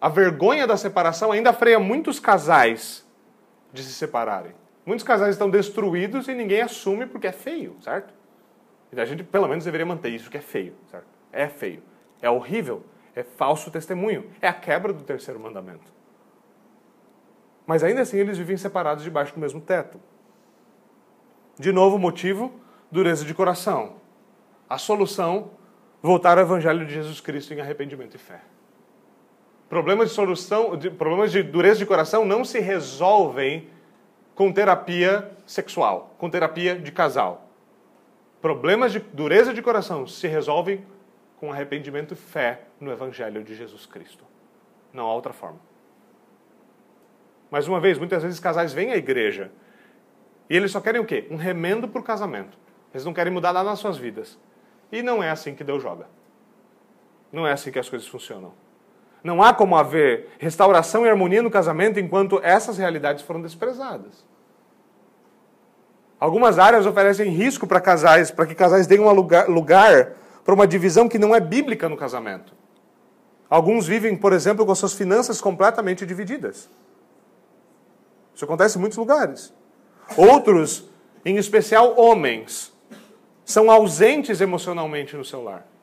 a vergonha da separação ainda freia muitos casais de se separarem. Muitos casais estão destruídos e ninguém assume porque é feio, certo? E a gente, pelo menos, deveria manter isso, que é feio, certo? É feio, é horrível, é falso testemunho, é a quebra do terceiro mandamento. Mas ainda assim eles vivem separados debaixo do mesmo teto. De novo, motivo, dureza de coração. A solução, voltar ao Evangelho de Jesus Cristo em arrependimento e fé. Problemas de solução, de, problemas de dureza de coração não se resolvem com terapia sexual, com terapia de casal. Problemas de dureza de coração se resolvem com arrependimento e fé no Evangelho de Jesus Cristo. Não há outra forma. Mais uma vez, muitas vezes casais vêm à igreja e eles só querem o quê? Um remendo para o casamento. Eles não querem mudar nada nas suas vidas. E não é assim que Deus joga. Não é assim que as coisas funcionam. Não há como haver restauração e harmonia no casamento enquanto essas realidades foram desprezadas. Algumas áreas oferecem risco para casais, para que casais deem um lugar, lugar para uma divisão que não é bíblica no casamento. Alguns vivem, por exemplo, com suas finanças completamente divididas. Isso acontece em muitos lugares. Outros, em especial homens, são ausentes emocionalmente no seu lar.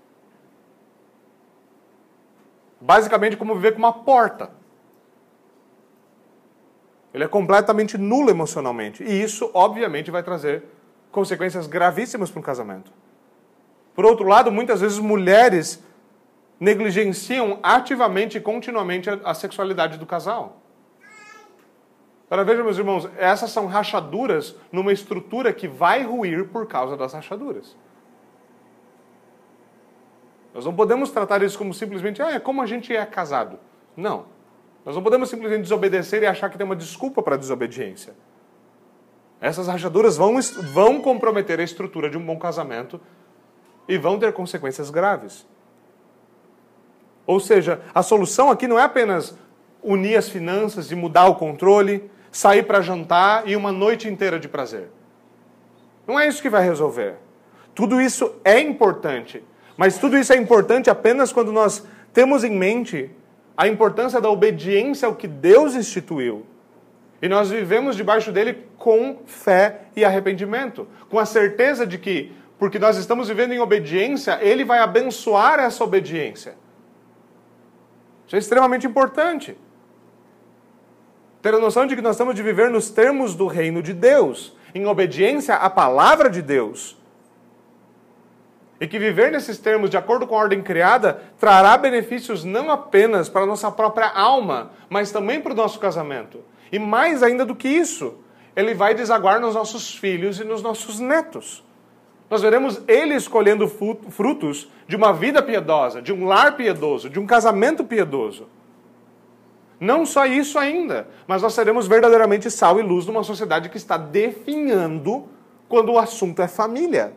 Basicamente como viver com uma porta. Ele é completamente nulo emocionalmente. E isso, obviamente, vai trazer consequências gravíssimas para um casamento. Por outro lado, muitas vezes mulheres negligenciam ativamente e continuamente a, a sexualidade do casal. Agora vejam, meus irmãos, essas são rachaduras numa estrutura que vai ruir por causa das rachaduras. Nós não podemos tratar isso como simplesmente, ah, é como a gente é casado. Não. Nós não podemos simplesmente desobedecer e achar que tem uma desculpa para a desobediência. Essas rachaduras vão, vão comprometer a estrutura de um bom casamento e vão ter consequências graves. Ou seja, a solução aqui não é apenas unir as finanças e mudar o controle, sair para jantar e uma noite inteira de prazer. Não é isso que vai resolver. Tudo isso é importante, mas tudo isso é importante apenas quando nós temos em mente a importância da obediência ao que Deus instituiu. E nós vivemos debaixo dele com fé e arrependimento, com a certeza de que, porque nós estamos vivendo em obediência, ele vai abençoar essa obediência. Isso é extremamente importante. Ter a noção de que nós estamos de viver nos termos do reino de Deus, em obediência à palavra de Deus. E que viver nesses termos, de acordo com a ordem criada, trará benefícios não apenas para a nossa própria alma, mas também para o nosso casamento. E mais ainda do que isso, ele vai desaguar nos nossos filhos e nos nossos netos. Nós veremos ele escolhendo frutos de uma vida piedosa, de um lar piedoso, de um casamento piedoso. Não só isso ainda, mas nós seremos verdadeiramente sal e luz numa sociedade que está definhando quando o assunto é família.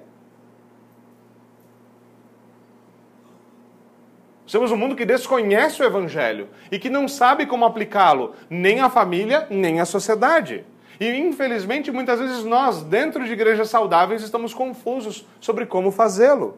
Somos um mundo que desconhece o Evangelho e que não sabe como aplicá-lo nem à família, nem à sociedade. E, infelizmente, muitas vezes nós, dentro de igrejas saudáveis, estamos confusos sobre como fazê-lo.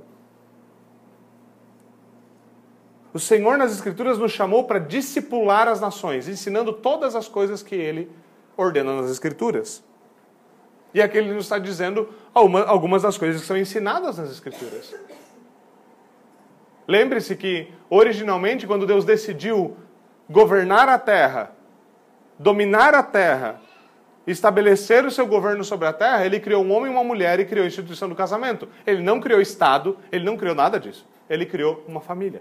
O Senhor, nas Escrituras, nos chamou para discipular as nações, ensinando todas as coisas que Ele ordena nas Escrituras. E aqui Ele nos está dizendo algumas das coisas que são ensinadas nas Escrituras. Lembre-se que, originalmente, quando Deus decidiu governar a terra, dominar a terra, estabelecer o seu governo sobre a terra, Ele criou um homem e uma mulher e criou a instituição do casamento. Ele não criou Estado, Ele não criou nada disso. Ele criou uma família.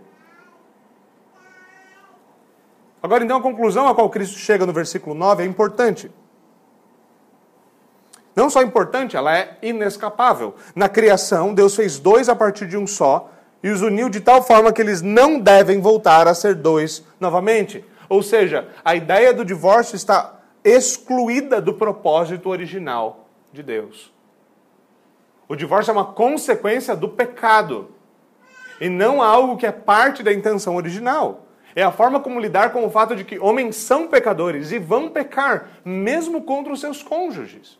Agora, então, a conclusão a qual Cristo chega no versículo nove é importante. Não só importante, ela é inescapável. Na criação, Deus fez dois a partir de um só, e os uniu de tal forma que eles não devem voltar a ser dois novamente. Ou seja, a ideia do divórcio está excluída do propósito original de Deus. O divórcio é uma consequência do pecado, e não algo que é parte da intenção original. É a forma como lidar com o fato de que homens são pecadores e vão pecar, mesmo contra os seus cônjuges.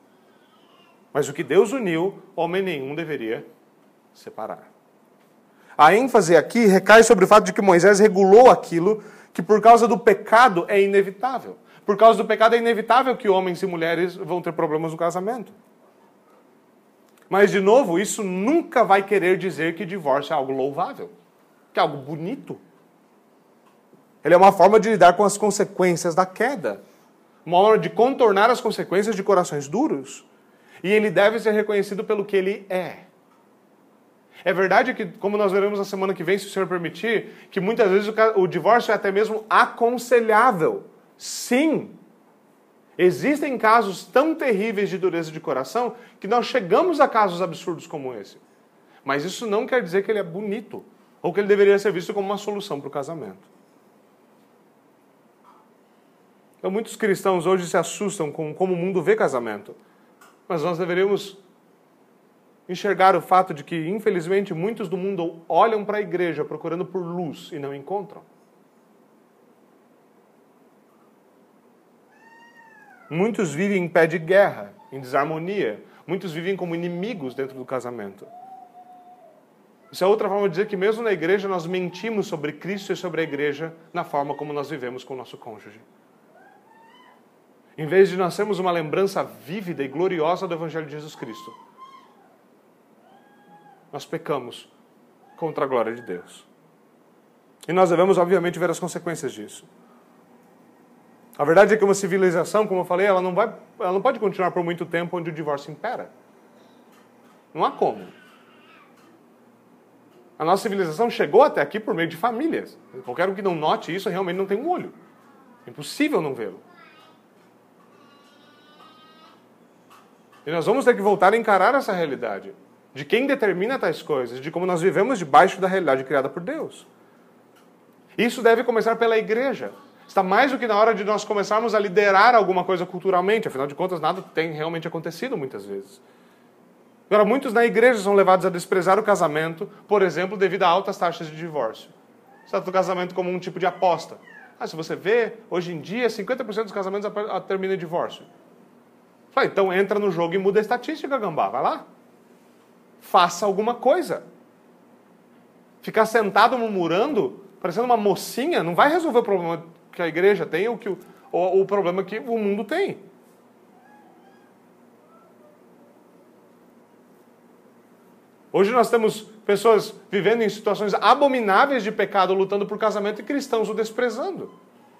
Mas o que Deus uniu, homem nenhum deveria separar. A ênfase aqui recai sobre o fato de que Moisés regulou aquilo que por causa do pecado é inevitável. Por causa do pecado é inevitável que homens e mulheres vão ter problemas no casamento. Mas, de novo, isso nunca vai querer dizer que divórcio é algo louvável, que é algo bonito. Ele é uma forma de lidar com as consequências da queda. Uma forma de contornar as consequências de corações duros. E ele deve ser reconhecido pelo que ele é. É verdade que, como nós veremos na semana que vem, se o Senhor permitir, que muitas vezes o, o divórcio é até mesmo aconselhável. Sim. Existem casos tão terríveis de dureza de coração que nós chegamos a casos absurdos como esse. Mas isso não quer dizer que ele é bonito. Ou que ele deveria ser visto como uma solução para o casamento. Então, muitos cristãos hoje se assustam com como o mundo vê casamento. Mas nós deveríamos enxergar o fato de que, infelizmente, muitos do mundo olham para a igreja procurando por luz e não encontram. Muitos vivem em pé de guerra, em desarmonia. Muitos vivem como inimigos dentro do casamento. Isso é outra forma de dizer que mesmo na igreja nós mentimos sobre Cristo e sobre a igreja na forma como nós vivemos com o nosso cônjuge. Em vez de nós termos uma lembrança vívida e gloriosa do Evangelho de Jesus Cristo, nós pecamos contra a glória de Deus. E nós devemos, obviamente, ver as consequências disso. A verdade é que uma civilização, como eu falei, ela não, vai, ela não pode continuar por muito tempo onde o divórcio impera. Não há como. A nossa civilização chegou até aqui por meio de famílias. Qualquer um que não note isso realmente não tem um olho. É impossível não vê-lo. E nós vamos ter que voltar a encarar essa realidade. De quem determina tais coisas, de como nós vivemos debaixo da realidade criada por Deus. Isso deve começar pela igreja. Está mais do que na hora de nós começarmos a liderar alguma coisa culturalmente. Afinal de contas, nada tem realmente acontecido muitas vezes. Agora, muitos na igreja são levados a desprezar o casamento, por exemplo, devido a altas taxas de divórcio. Você trata o casamento como um tipo de aposta. Ah, se você vê, hoje em dia, cinquenta por cento dos casamentos terminam em divórcio. Ah, então entra no jogo e muda a estatística, gambá. Vai lá. Faça alguma coisa. Ficar sentado murmurando, parecendo uma mocinha, não vai resolver o problema que a igreja tem ou, que o, ou o problema que o mundo tem. Hoje nós temos pessoas vivendo em situações abomináveis de pecado, lutando por casamento, e cristãos o desprezando.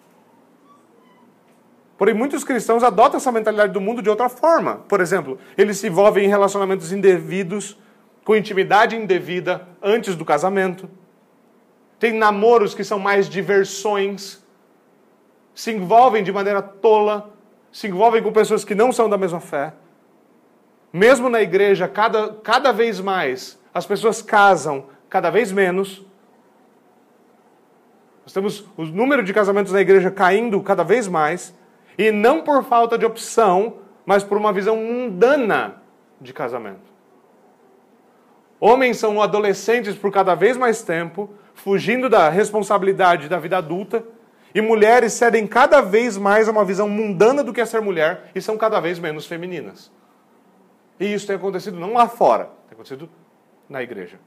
Porém, muitos cristãos adotam essa mentalidade do mundo de outra forma. Por exemplo, eles se envolvem em relacionamentos indevidos, com intimidade indevida antes do casamento. Tem namoros que são mais diversões. Se envolvem de maneira tola. Se envolvem com pessoas que não são da mesma fé. Mesmo na igreja, cada, cada vez mais, as pessoas casam cada vez menos. Nós temos o número de casamentos na igreja caindo cada vez mais. E não por falta de opção, mas por uma visão mundana de casamento. Homens são adolescentes por cada vez mais tempo, fugindo da responsabilidade da vida adulta, e mulheres cedem cada vez mais a uma visão mundana do que é ser mulher e são cada vez menos femininas. E isso tem acontecido não lá fora, tem acontecido na igreja.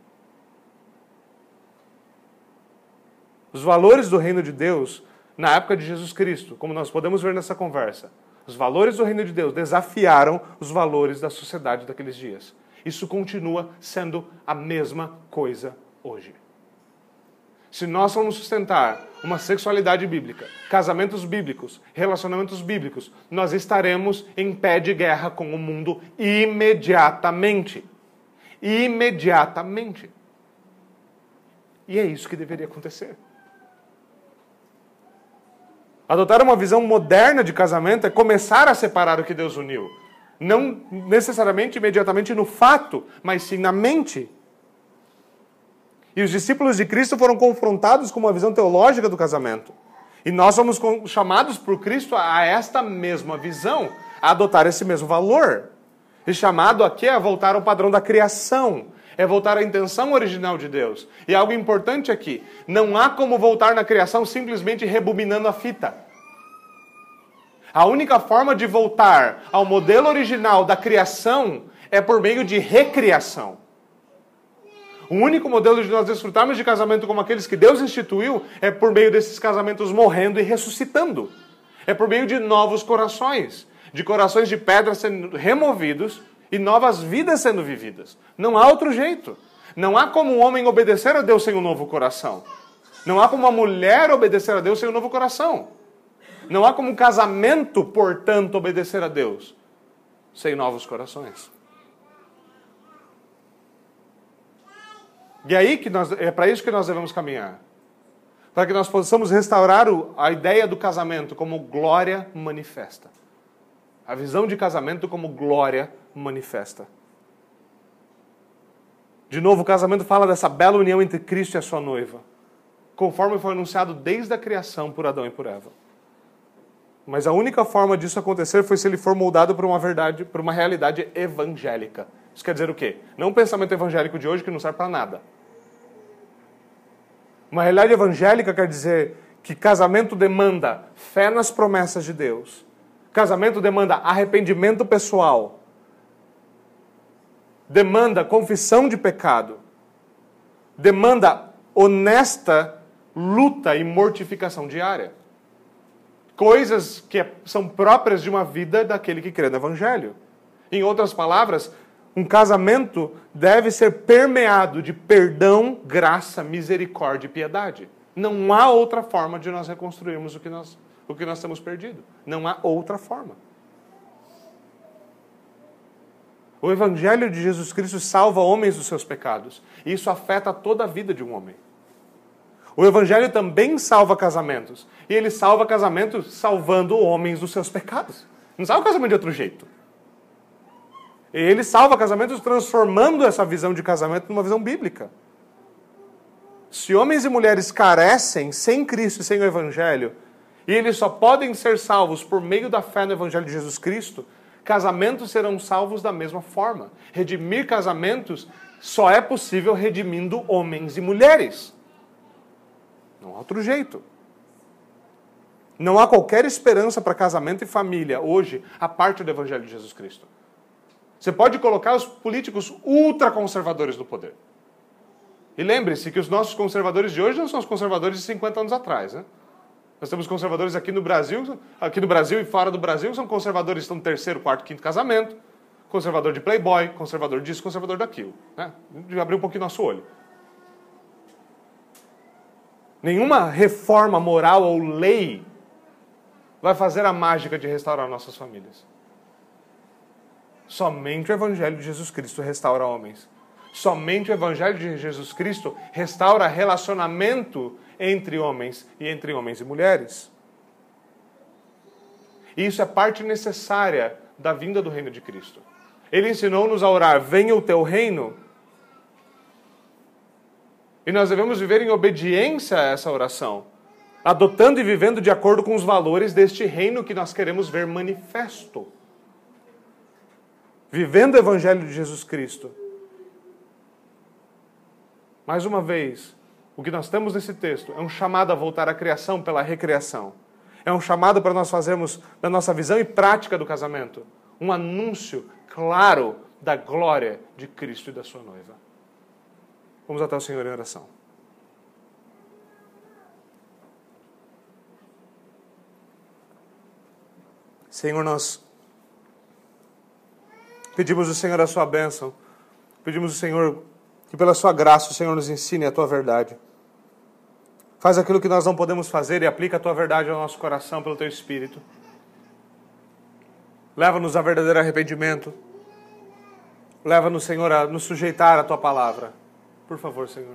Os valores do reino de Deus, na época de Jesus Cristo, como nós podemos ver nessa conversa, os valores do reino de Deus desafiaram os valores da sociedade daqueles dias. Isso continua sendo a mesma coisa hoje. Se nós formos sustentar uma sexualidade bíblica, casamentos bíblicos, relacionamentos bíblicos, nós estaremos em pé de guerra com o mundo imediatamente. Imediatamente. E é isso que deveria acontecer. Adotar uma visão moderna de casamento é começar a separar o que Deus uniu. Não necessariamente imediatamente no fato, mas sim na mente. E os discípulos de Cristo foram confrontados com uma visão teológica do casamento. E nós somos chamados por Cristo a esta mesma visão, a adotar esse mesmo valor. E chamado aqui é voltar ao padrão da criação, é voltar à intenção original de Deus. E algo importante aqui, não há como voltar na criação simplesmente rebobinando a fita. A única forma de voltar ao modelo original da criação é por meio de recriação. O único modelo de nós desfrutarmos de casamento como aqueles que Deus instituiu é por meio desses casamentos morrendo e ressuscitando. É por meio de novos corações, de corações de pedra sendo removidos e novas vidas sendo vividas. Não há outro jeito. Não há como um homem obedecer a Deus sem um novo coração. Não há como uma mulher obedecer a Deus sem um novo coração. Não há como um casamento, portanto, obedecer a Deus sem novos corações. E é, aí que nós, é para isso que nós devemos caminhar. Para que nós possamos restaurar o, a ideia do casamento como glória manifesta. A visão de casamento como glória manifesta. De novo, o casamento fala dessa bela união entre Cristo e a sua noiva, conforme foi anunciado desde a criação por Adão e por Eva. Mas a única forma disso acontecer foi se ele for moldado por uma verdade, por uma realidade evangélica. Isso quer dizer o quê? Não um pensamento evangélico de hoje que não serve para nada. Uma realidade evangélica quer dizer que casamento demanda fé nas promessas de Deus. Casamento demanda arrependimento pessoal. Demanda confissão de pecado. Demanda honesta luta e mortificação diária. Coisas que são próprias de uma vida daquele que crê no Evangelho. Em outras palavras, um casamento deve ser permeado de perdão, graça, misericórdia e piedade. Não há outra forma de nós reconstruirmos o que nós, o que nós temos perdido. Não há outra forma. O Evangelho de Jesus Cristo salva homens dos seus pecados. E isso afeta toda a vida de um homem. O Evangelho também salva casamentos. E ele salva casamentos salvando homens dos seus pecados. Não salva o casamento de outro jeito. Ele salva casamentos transformando essa visão de casamento numa visão bíblica. Se homens e mulheres carecem sem Cristo e sem o Evangelho, e eles só podem ser salvos por meio da fé no Evangelho de Jesus Cristo, casamentos serão salvos da mesma forma. Redimir casamentos só é possível redimindo homens e mulheres. Não há outro jeito. Não há qualquer esperança para casamento e família hoje, a parte do Evangelho de Jesus Cristo. Você pode colocar os políticos ultraconservadores no poder. E lembre-se que os nossos conservadores de hoje não são os conservadores de cinquenta anos atrás, né? Nós temos conservadores aqui no Brasil, aqui no Brasil e fora do Brasil, são conservadores que estão no terceiro, quarto, quinto casamento, conservador de playboy, conservador disso, conservador daquilo. Né? De abrir um pouquinho nosso olho. Nenhuma reforma moral ou lei vai fazer a mágica de restaurar nossas famílias. Somente o Evangelho de Jesus Cristo restaura homens. Somente o Evangelho de Jesus Cristo restaura relacionamento entre homens e entre homens e mulheres. E isso é parte necessária da vinda do reino de Cristo. Ele ensinou-nos a orar, venha o teu reino. E nós devemos viver em obediência a essa oração, adotando e vivendo de acordo com os valores deste reino que nós queremos ver manifesto. Vivendo o Evangelho de Jesus Cristo. Mais uma vez, o que nós temos nesse texto é um chamado a voltar à criação pela recriação. É um chamado para nós fazermos da nossa visão e prática do casamento um anúncio claro da glória de Cristo e da sua noiva. Vamos até o Senhor em oração. Senhor, nós pedimos ao Senhor a sua bênção. Pedimos ao Senhor que pela sua graça o Senhor nos ensine a tua verdade. Faz aquilo que nós não podemos fazer e aplica a tua verdade ao nosso coração pelo teu Espírito. Leva-nos a verdadeiro arrependimento. Leva-nos, Senhor, a nos sujeitar à tua palavra. Por favor, Senhor.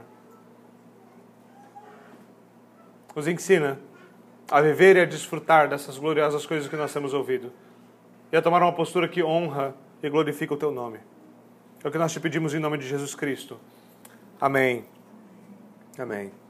Nos ensina a viver e a desfrutar dessas gloriosas coisas que nós temos ouvido. E a tomar uma postura que honra e glorifica o teu nome. É o que nós te pedimos em nome de Jesus Cristo. Amém. Amém.